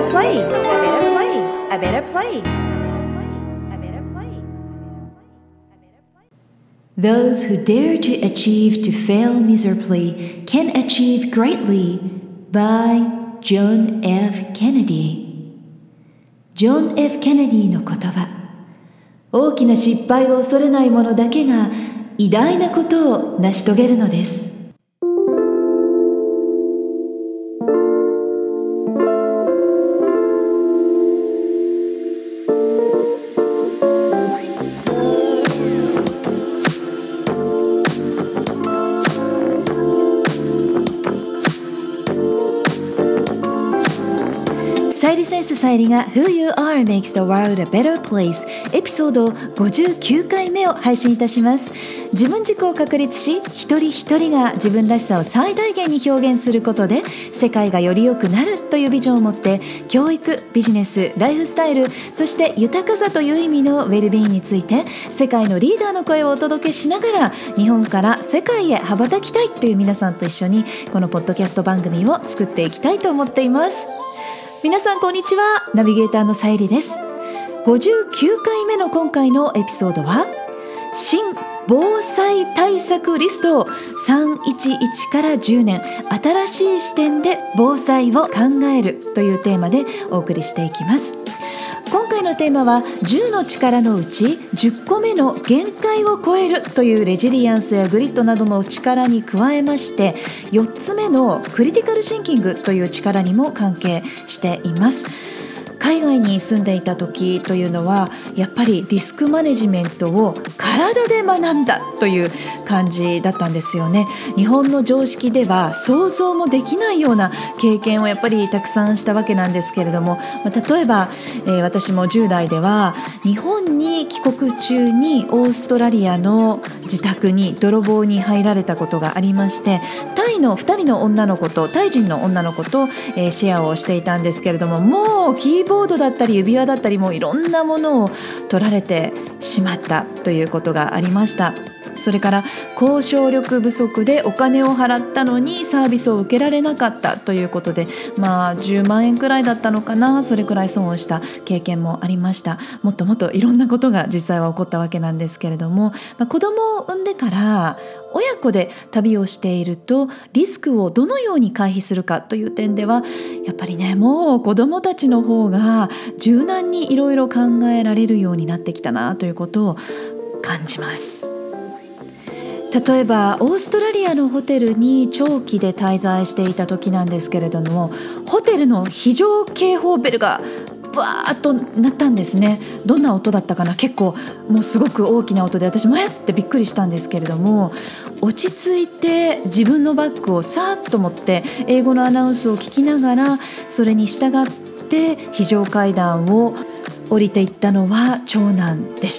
place, a better place, a better place. Those who dare to achieve to fail miserably can achieve greatly by John F. Kennedy。 ジョン・ F ・ケネディの言葉。大きな失敗を恐れない者だけが偉大なことを成し遂げるのです。さゆりセンスさゆりが Who You Are Makes the World a Better Place エピソード59回目を配信いたします。自分軸を確立し、一人一人が自分らしさを最大限に表現することで世界がより良くなるというビジョンを持って、教育、ビジネス、ライフスタイル、そして豊かさという意味のウェルビーインについて世界のリーダーの声をお届けしながら、日本から世界へ羽ばたきたいという皆さんと一緒にこのポッドキャスト番組を作っていきたいと思っています。皆さんこんにちは。ナビゲーターのさゆりです。59回目の今回のエピソードは、新防災対策リスト311から10年新しい視点で防災を考えるというテーマでお送りしていきます。今回のテーマは10の力のうち10個目の限界を超えるというレジリエンスやグリッドなどの力に加えまして、4つ目のクリティカルシンキングという力にも関係しています。海外に住んでいた時というのはやっぱりリスクマネジメントを体で学んだという感じだったんですよね。日本の常識では想像もできないような経験をやっぱりたくさんしたわけなんですけれども、例えば、私も10代では日本に帰国中にオーストラリアの自宅に泥棒に入られたことがありまして、タイの2人の女の子とタイ人の女の子と、シェアをしていたんですけれども、もうキーボードだったり指輪だったりもういろんなものを取られてしまったということがありました。それから交渉力不足でお金を払ったのにサービスを受けられなかったということで、10万円くらいだったのかな、それくらい損をした経験もありました。もっともっといろんなことが実際は起こったわけなんですけれども、子供を産んでから親子で旅をしているとリスクをどのように回避するかという点ではやっぱりね、もう子どもたちの方が柔軟にいろいろ考えられるようになってきたなということを感じます。例えばオーストラリアのホテルに長期で滞在していた時なんですけれども、ホテルの非常警報ベルがバーッと鳴ったんですね。どんな音だったかな、結構もうすごく大きな音で私もってびっくりしたんですけれども、落ち着いて自分のバッグをさーっと持って英語のアナウンスを聞きながらそれに従って非常階段を降りていったのは長男でした。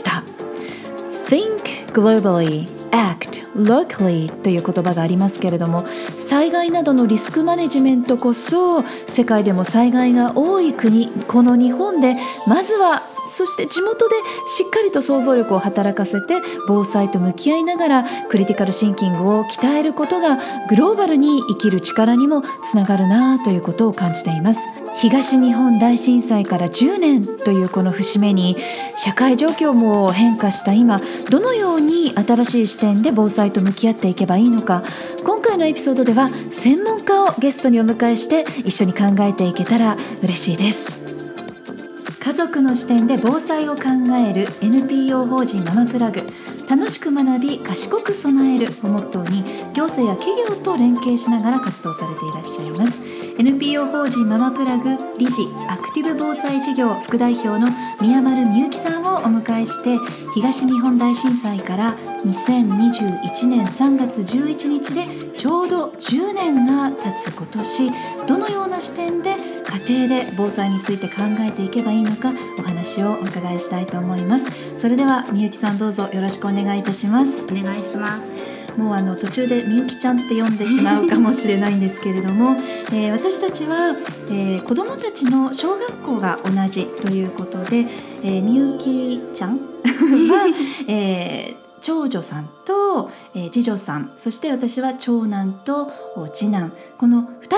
Think globally, act locally という言葉がありますけれども、災害などのリスクマネジメントこそ世界でも災害が多い国、この日本でまずはそして地元でしっかりと想像力を働かせて防災と向き合いながらクリティカルシンキングを鍛えることがグローバルに生きる力にもつながるなということを感じています。東日本大震災から10年というこの節目に社会状況も変化した今、どのように新しい視点で防災と向き合っていけばいいのか、今回のエピソードでは専門家をゲストにお迎えして一緒に考えていけたら嬉しいです。家族の視点で防災を考える NPO 法人ママプラグ、楽しく学び賢く備えるをモットーに行政や企業と連携しながら活動されていらっしゃいます。 NPO 法人ママプラグ理事アクティブ防災事業副代表の宮丸美幸さんをお迎えして、東日本大震災から2021年3月11日でちょうど10年が経つ今年、どのような視点で家庭で防災について考えていけばいいのかお話をお伺いしたいと思います。それではみゆきさん、どうぞよろしくお願いいたします。 お願いします。 もう途中でみゆきちゃんって呼んでしまうかもしれないんですけれども、私たちは、子どもたちの小学校が同じということで、みゆきちゃんは、長女さんと、次女さん、そして私は長男と次男、この2人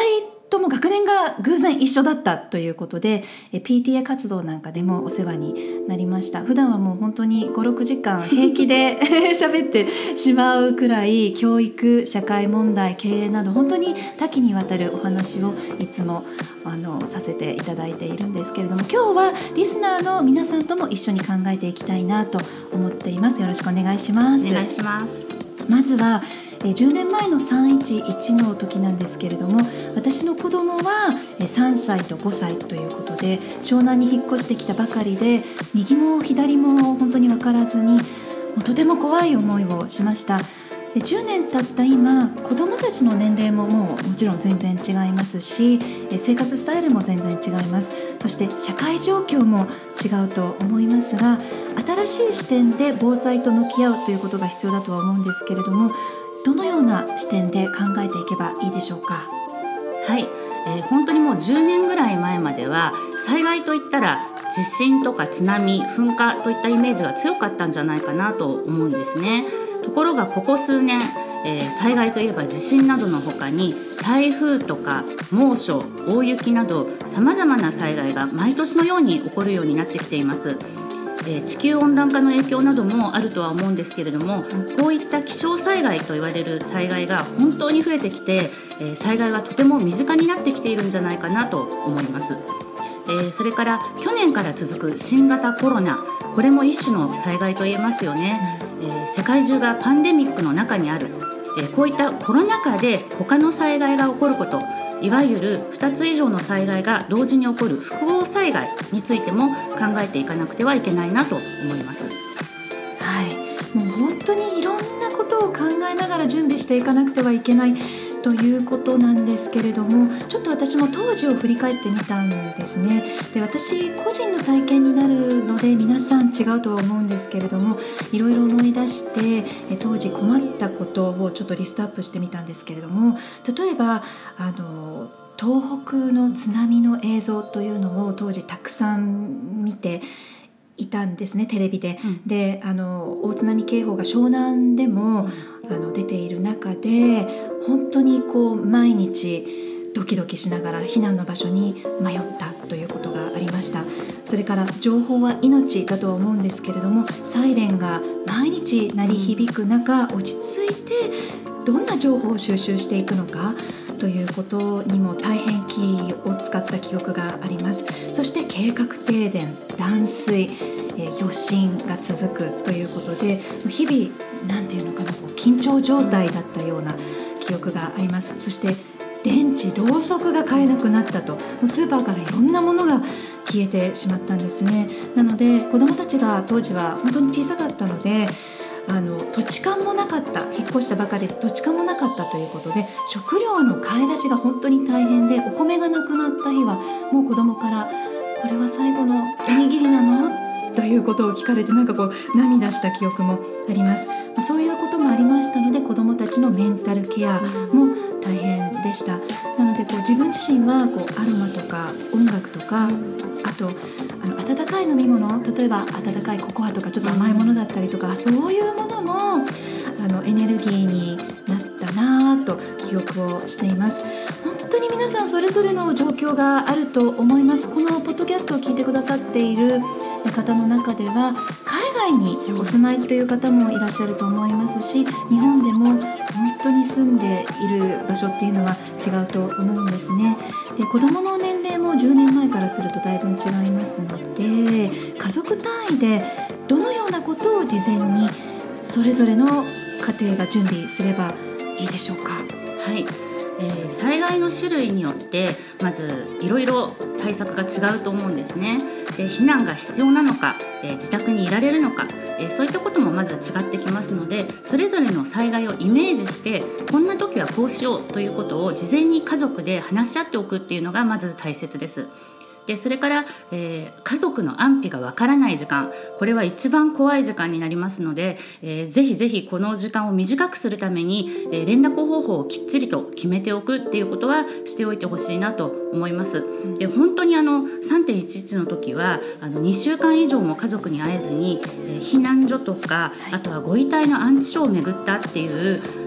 とも学年が偶然一緒だったということで、PTA 活動なんかでもお世話になりました。普段はもう本当に 5,6 時間平気で喋ってしまうくらい、教育、社会問題、経営など本当に多岐にわたるお話をいつもさせていただいているんですけれども、今日はリスナーの皆さんとも一緒に考えていきたいなと思っています。よろしくお願いします。 お願いします。 まずは10年前の311の時なんですけれども、私の子供は3歳と5歳ということで、湘南に引っ越してきたばかりで、右も左も本当に分からずに、とても怖い思いをしました。10年経った今、子供たちの年齢ももちろん全然違いますし、生活スタイルも全然違います。そして社会状況も違うと思いますが、新しい視点で防災と向き合うということが必要だとは思うんですけれども、どのような視点で考えていけばいいでしょうか。 はい、本当にもう10年ぐらい前までは災害といったら地震とか津波、噴火といったイメージが強かったんじゃないかなと思うんですね。ところがここ数年、災害といえば地震などの他に台風とか猛暑、大雪などさまざまな災害が毎年のように起こるようになってきています。地球温暖化の影響などもあるとは思うんですけれども、こういった気象災害と言われる災害が本当に増えてきて、災害がとても身近になってきているんじゃないかなと思います。それから去年から続く新型コロナ、これも一種の災害と言えますよね。世界中がパンデミックの中にある、こういったコロナ禍で他の災害が起こること、いわゆる2つ以上の災害が同時に起こる複合災害についても考えていかなくてはいけないなと思います。 はい、もう本当にいろんなことを考えながら準備していかなくてはいけないということなんですけれども、ちょっと私も当時を振り返ってみたんですね。で、私個人の体験になるので皆さん違うとは思うんですけれども、いろいろ思い出して当時困ったことをちょっとリストアップしてみたんですけれども、例えば東北の津波の映像というのを当時たくさん見ていたんですね、テレビで。で、大津波警報が湘南でも出ている中で、本当に毎日ドキドキしながら避難の場所に迷ったということがありました。それから情報は命だとは思うんですけれども、サイレンが毎日鳴り響く中、落ち着いてどんな情報を収集していくのかということにも大変気を使った記憶があります。そして計画停電、断水、余震が続くということで、日々なんていうのかな、緊張状態だったような記憶があります。そして電池、ろうそくが買えなくなったと、スーパーからいろんなものが消えてしまったんですね。なので子どもたちが当時は本当に小さかったので、土地勘もなかった、引っ越したばかりで土地勘もなかったということで、食料の買い出しが本当に大変で、お米がなくなった日はもう子供からこれは最後のおにぎりなのということを聞かれて、涙した記憶もあります。そういうこともありましたので、子供たちのメンタルケアも大変でした。なので自分自身はアロマとか音楽とか、あと温かい飲み物、例えば温かいココアとかちょっと甘いものだったりとか、そういうものもエネルギーになったなぁと記憶をしています。本当に皆さんそれぞれの状況があると思います。このポッドキャストを聞いてくださっている方の中では海外にお住まいという方もいらっしゃると思いますし、日本でも本当に住んでいる場所っていうのは違うと思うんですね。で、子どもの年齢も10年前からするとだいぶ違いますので、家族単位でどのようなことを事前にそれぞれの家庭が準備すればいいでしょうか。 はい、災害の種類によってまずいろいろ対策が違うと思うんですね。で、避難が必要なのか、自宅にいられるのか、そういったこともまず違ってきますので、それぞれの災害をイメージして、こんな時はこうしようということを事前に家族で話し合っておくっていうのがまず大切です。で、それから、家族の安否がわからない時間、これは一番怖い時間になりますので、ぜひぜひこの時間を短くするために、連絡方法をきっちりと決めておくっていうことはしておいてほしいなと思います。で、本当に3.11 の時は2週間以上も家族に会えずに、避難所とか、あとはご遺体の安置所を巡ったっていう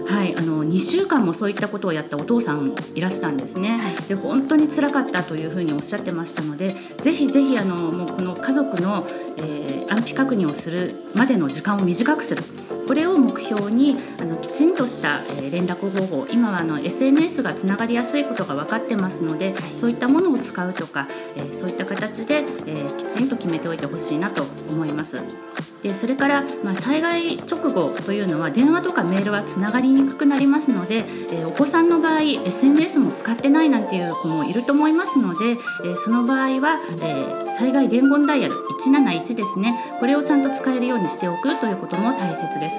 2週間もそういったことをやったお父さんもいらしたんですね、で本当に辛かったというふうにおっしゃってましたので、ぜひぜひもうこの家族の、安否確認をするまでの時間を短くする、これを目標にきちんとした、連絡方法、今はSNS がつながりやすいことが分かってますので、そういったものを使うとか、そういった形で、きちんと決めておいてほしいなと思います。でそれから、災害直後というのは電話とかメールはつながりにくくなりますので、お子さんの場合 SNS も使ってないなんていう子もいると思いますので、その場合は、災害伝言ダイヤル171ですね、これをちゃんと使えるようにしておくということも大切です。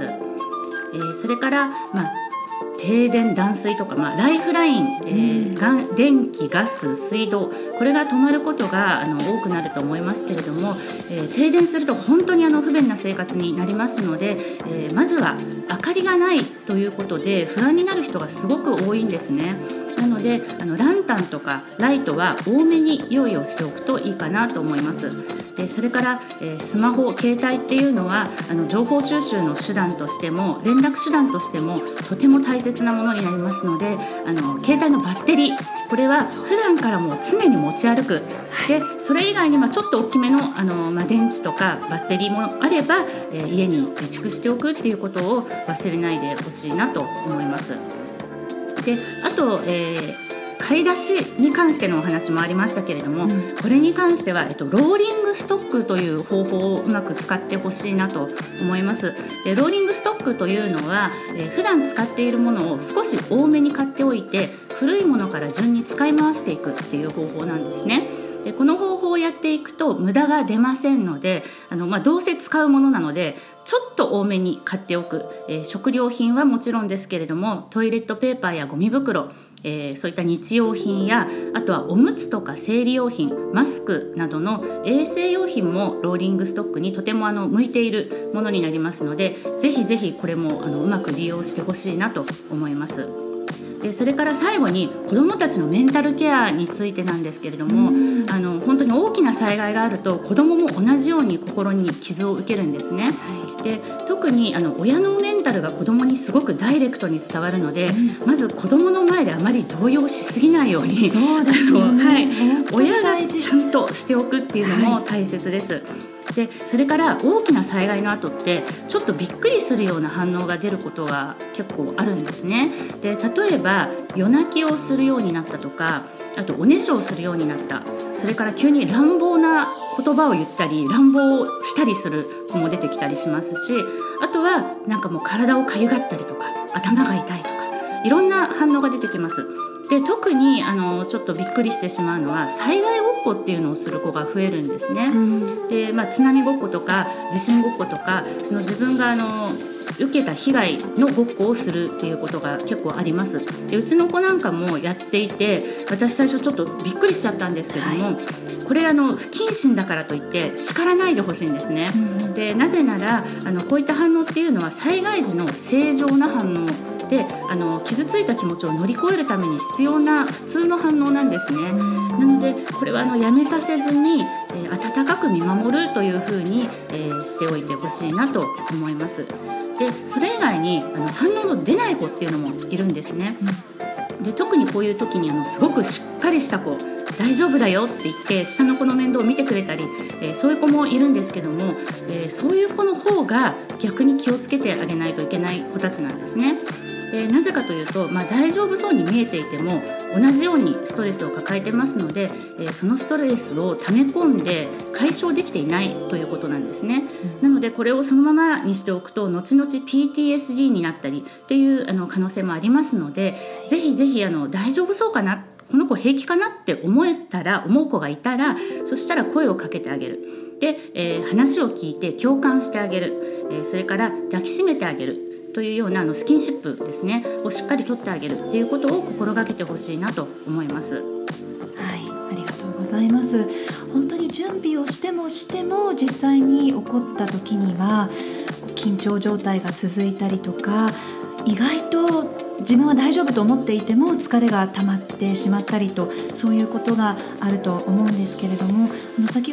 それから、停電断水とか、ライフライン、電気ガス水道、これが止まることが多くなると思いますけれども、停電すると本当に不便な生活になりますので、まずは明かりがないということで不安になる人がすごく多いんですね。なのでランタンとかライトは多めに用意をしておくといいかなと思います。でそれから、スマホ、携帯っていうのは情報収集の手段としても連絡手段としてもとても大切なものになりますので、携帯のバッテリー、これは普段からもう常に持ち歩く。でそれ以外にちょっと大きめの、電池とかバッテリーもあれば、家に備蓄しておくっていうことを忘れないでほしいなと思います。であと、買い出しに関してのお話もありましたけれども、これに関しては、ローリングストックという方法をうまく使ってほしいなと思います。でローリングストックというのは、普段使っているものを少し多めに買っておいて古いものから順に使い回していくっていう方法なんですね。でこの方法をやっていくと無駄が出ませんので、どうせ使うものなのでちょっと多めに買っておく、食料品はもちろんですけれどもトイレットペーパーやゴミ袋、そういった日用品やあとはおむつとか生理用品、マスクなどの衛生用品もローリングストックにとても向いているものになりますので、ぜひぜひこれもうまく利用してほしいなと思います。でそれから最後に子どもたちのメンタルケアについてなんですけれども、本当に大きな災害があると子どもも同じように心に傷を受けるんですね。で特に親のメンタルが子どもにすごくダイレクトに伝わるので、まず子どもの前であまり動揺しすぎないようにそうですね、 親がちゃんとしておくっていうのも大切です。でそれから大きな災害の後ってちょっとびっくりするような反応が出ることが結構あるんですね。で例えば夜泣きをするようになったとか、あとおねしょをするようになった、それから急に乱暴な言葉を言ったり乱暴したりする子も出てきたりしますし、あとはもう体をかゆがったりとか頭が痛いとかいろんな反応が出てきます。で特にちょっとびっくりしてしまうのは災害ごっこっていうのをする子が増えるんですね。で、津波ごっことか地震ごっことか、その自分が受けた被害のごっこをするっていうことが結構あります。でうちの子なんかもやっていて、私最初ちょっとびっくりしちゃったんですけども、これ不謹慎だからといって叱らないでほしいんですね。でなぜならこういった反応っていうのは災害時の正常な反応で、傷ついた気持ちを乗り越えるために必要な普通の反応なんですね。なのでこれはやめさせずに、温かく見守るというふうに、しておいてほしいなと思います。でそれ以外に反応の出ない子っていうのもいるんですね。で特にこういう時にすごくしっかりした子、大丈夫だよって言って下の子の面倒を見てくれたり、そういう子もいるんですけども、そういう子の方が逆に気をつけてあげないといけない子たちなんですね。なぜかというと、大丈夫そうに見えていても同じようにストレスを抱えてますので、そのストレスを溜め込んで解消できていないということなんですね。なのでこれをそのままにしておくと後々 PTSD になったりっていう可能性もありますので、ぜひぜひ大丈夫そうかな、この子平気かなって思う子がいたら、そしたら声をかけてあげる。で、話を聞いて共感してあげる、それから抱きしめてあげるというようなスキンシップですねをしっかり取ってあげるっていうことを心がけてほしいなと思います。 はい、ありがとうございます。本当に準備をしても実際に起こった時には緊張状態が続いたりとか、意外と自分は大丈夫と思っていても疲れが溜まってしまったりと、そういうことがあると思うんですけれども、先ほど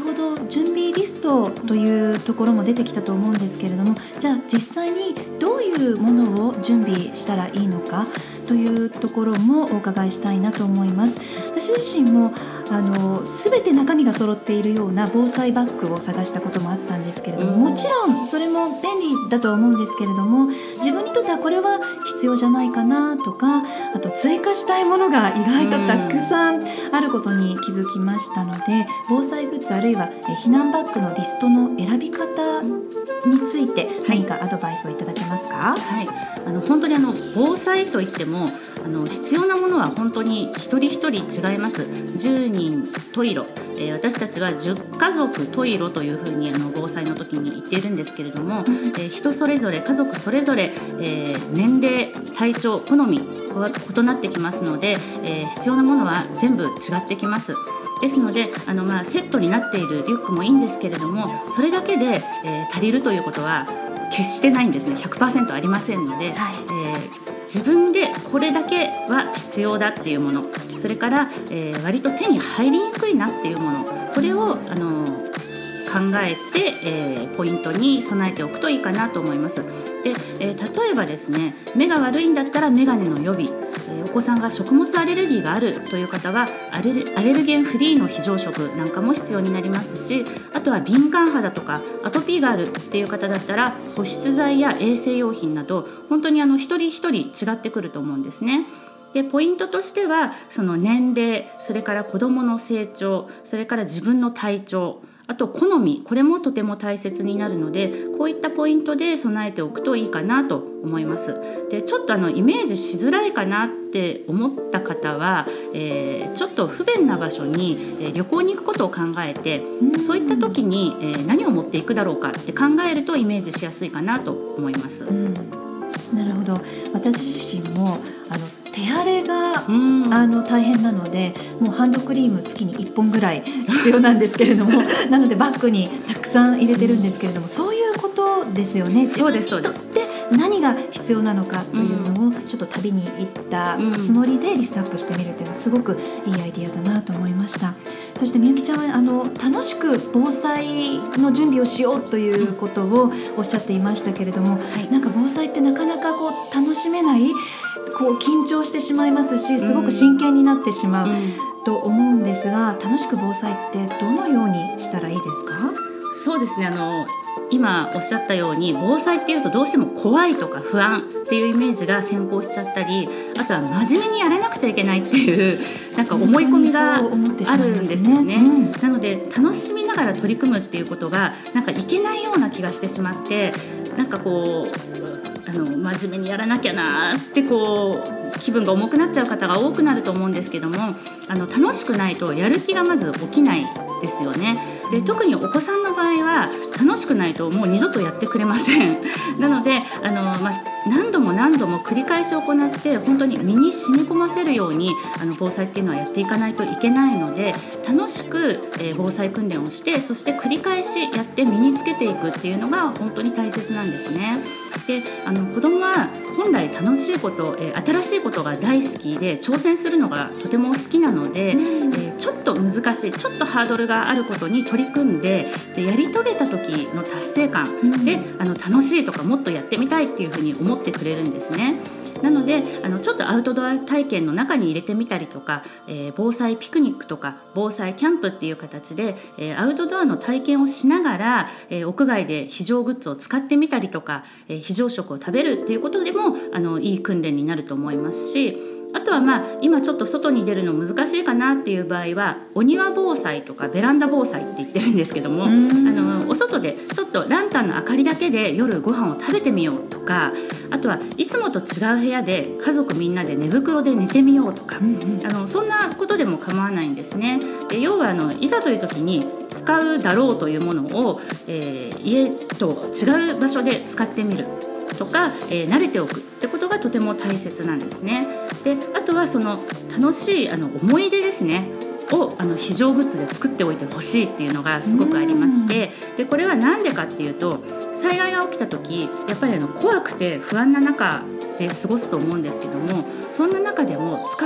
準備リストというところも出てきたと思うんですけれども、じゃあ実際にどういうものを準備したらいいのかというところもお伺いしたいなと思います。私自身も全て中身が揃っているような防災バッグを探したこともあったんですけれども、もちろんそれも便利だと思うんですけれども、自分にとってはこれは必要じゃないかなとか、あと追加したいものが意外とたくさんあることに気づきましたので、防災グッズあるいは避難バッグのリストの選び方について何かアドバイスをいただけますか？ はい、本当に防災といっても必要なものは本当に一人一人違います。10人十色、私たちは10家族十色というふうに防災の時に言っているんですけれども、人それぞれ家族それぞれ、年齢体調好み異なってきますので、必要なものは全部違ってきます。ですのでセットになっているリュックもいいんですけれども、それだけで、足りるということは決してないんですね。 100% ありませんので、自分でこれだけは必要だっていうもの、それから、割と手に入りにくいなっていうもの、これを考えて、ポイントに備えておくといいかなと思います。で、例えばですね、目が悪いんだったらメガネの予備、お子さんが食物アレルギーがあるという方はアレルゲンフリーの非常食なんかも必要になりますし、あとは敏感肌とかアトピーがあるっていう方だったら保湿剤や衛生用品など、本当に一人一人違ってくると思うんですね。でポイントとしては、その年齢、それから子どもの成長、それから自分の体調、あと好み、これもとても大切になるので、こういったポイントで備えておくといいかなと思います。でちょっとイメージしづらいかなって思った方は、ちょっと不便な場所に、旅行に行くことを考えて、そういった時に、何を持っていくだろうかって考えるとイメージしやすいかなと思います。 なるほど。私自身も手荒れが大変なので、もうハンドクリーム月に1本ぐらい必要なんですけれどもなのでバッグにたくさん入れてるんですけれども、そういうことですよね。自分にとって何が必要なのかというのをちょっと旅に行ったつもりでリストアップしてみるというのはすごくいいアイディアだなと思いました。そしてみゆきちゃんは楽しく防災の準備をしようということをおっしゃっていましたけれども、なんか防災ってなかなか楽しめない、緊張してしまいますし、すごく真剣になってしまうと思うんですが、楽しく防災ってどのようにしたらいいですか？ そうですね、今おっしゃったように、防災っていうとどうしても怖いとか不安っていうイメージが先行しちゃったり、あとは真面目にやらなくちゃいけないっていうなんか思い込みがあるんですよね。なので楽しみながら取り組むっていうことがなんかいけないような気がしてしまって、なんか真面目にやらなきゃなって気分が重くなっちゃう方が多くなると思うんですけども、楽しくないとやる気がまず起きないですよね。で特にお子さんの場合は楽しくないともう二度とやってくれませんなので何度も何度も繰り返し行って本当に身に染み込ませるように防災っていうのはやっていかないといけないので、楽しく、防災訓練をして、そして繰り返しやって身につけていくっていうのが本当に大切なんですね。で子どもは本来楽しいこと、新しいことが大好きで挑戦するのがとても好きなので、ちょっと難しい、ちょっとハードルがあることに取り組んで、やり遂げた時の達成感で、楽しいとかもっとやってみたいっていうふうに思ってくれるんですね。なのでちょっとアウトドア体験の中に入れてみたりとか、防災ピクニックとか防災キャンプっていう形で、アウトドアの体験をしながら、屋外で非常グッズを使ってみたりとか、非常食を食べるっていうことでもいい訓練になると思いますし、あとは今ちょっと外に出るの難しいかなっていう場合はお庭防災とかベランダ防災って言ってるんですけども、お外でちょっとランタンの明かりだけで夜ご飯を食べてみようとか、あとはいつもと違う部屋で家族みんなで寝袋で寝てみようとか、そんなことでも構わないんですね。で要はいざという時に使うだろうというものを、家と違う場所で使ってみるとか、慣れておくってことがとても大切なんですね。であとはその楽しい思い出ですねを非常グッズで作っておいてほしいっていうのがすごくありまして、でこれは何でかっていうと、災害が起きた時やっぱり怖くて不安な中で過ごすと思うんですけども、そんな中でも使ったこと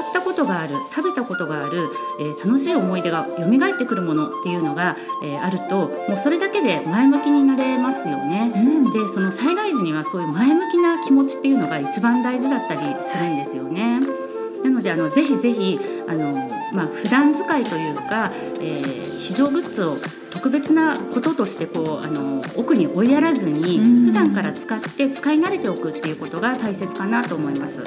ことがある、食べたことがある、楽しい思い出が蘇ってくるものっていうのが、あるともうそれだけで前向きになれますよね、でその災害時にはそういう前向きな気持ちっていうのが一番大事だったりするんですよね。なのでぜひぜひ普段使いというか、非常グッズを特別なこととして奥に追いやらずに、普段から使って使い慣れておくっていうことが大切かなと思います。 はい、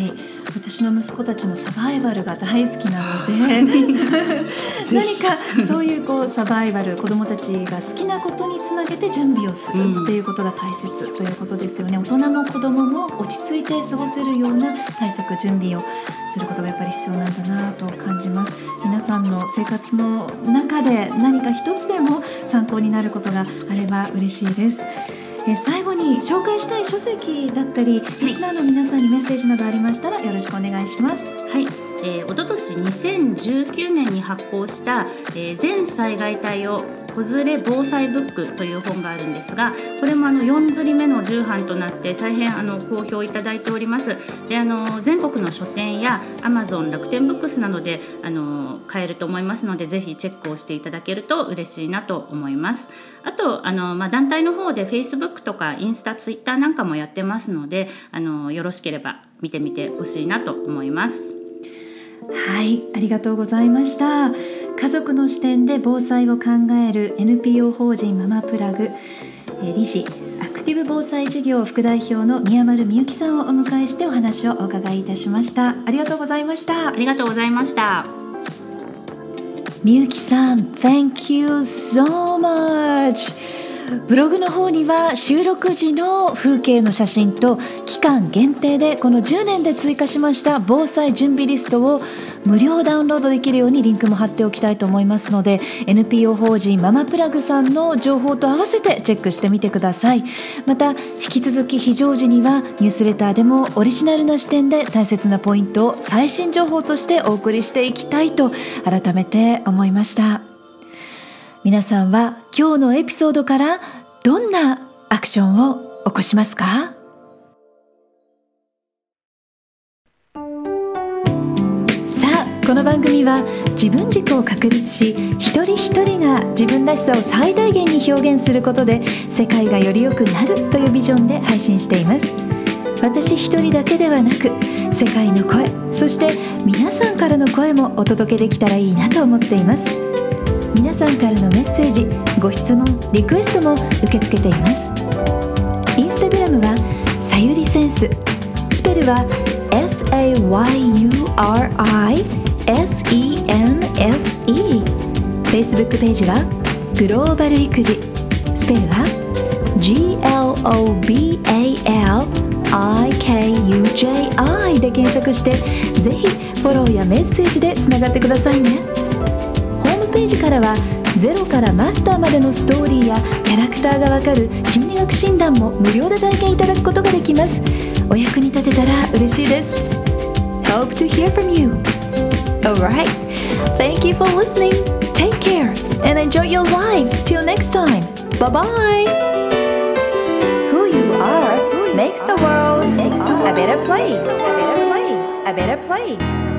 私の息子たちもサバイバルが大好きなので何かそういうサバイバル、子どもたちが好きなことにつなげて準備をするっていうことが大切ということですよね。大人も子どもも落ち着いて過ごせるような対策、準備をすることがやっぱり必要なんだなと感じます。皆さんの生活の中で何か一つでも参考になることがあれば嬉しいです。最後に紹介したい書籍だったり、リスナーの皆さんにメッセージなどありましたらよろしくお願いします。 はい、おととし2019年に発行した、全災害対応子連れ防災ブックという本があるんですが、これも4刷り目の重版となって大変好評いただいております。で全国の書店や Amazon、楽天ブックスなどで買えると思いますので、ぜひチェックをしていただけると嬉しいなと思います。あと団体の方で Facebook とかインスタ、Twitter なんかもやってますので、よろしければ見てみてほしいなと思います。 はい、ありがとうございました。家族の視点で防災を考える NPO 法人ママプラグ理事、アクティブ防災事業副代表の宮丸美幸さんをお迎えしてお話をお伺いいたしました。ありがとうございました。 ありがとうございました。 美幸さん Thank you so much。ブログの方には収録時の風景の写真と期間限定でこの10年で追加しました防災準備リストを無料ダウンロードできるようにリンクも貼っておきたいと思いますので、 NPO 法人ママプラグさんの情報と合わせてチェックしてみてください。また引き続き非常時にはニュースレターでもオリジナルな視点で大切なポイントを最新情報としてお送りしていきたいと改めて思いました。皆さんは今日のエピソードからどんなアクションを起こしますか？さあ、この番組は自分軸を確立し、一人一人が自分らしさを最大限に表現することで世界がより良くなるというビジョンで配信しています。私一人だけではなく、世界の声、そして皆さんからの声もお届けできたらいいなと思っています。皆さんからのメッセージ、ご質問、リクエストも受け付けています。インスタグラムはさゆりセンス、スペルは SAYURISENSE。 Facebook ページはグローバル育児、スペルは GLOBALIKUJI で検索して、ぜひフォローやメッセージでつながってくださいね。ホームページからはゼロからマスターまでのストーリーやキャラクターがわかる心理学診断も無料で体験いただくことができます。お役に立てたら嬉しいです。 Hope to hear from you. Alright, thank you for listening. Take care and enjoy your life. Till next time. Bye bye. Who you are makes the world a better place. A better place. A better place.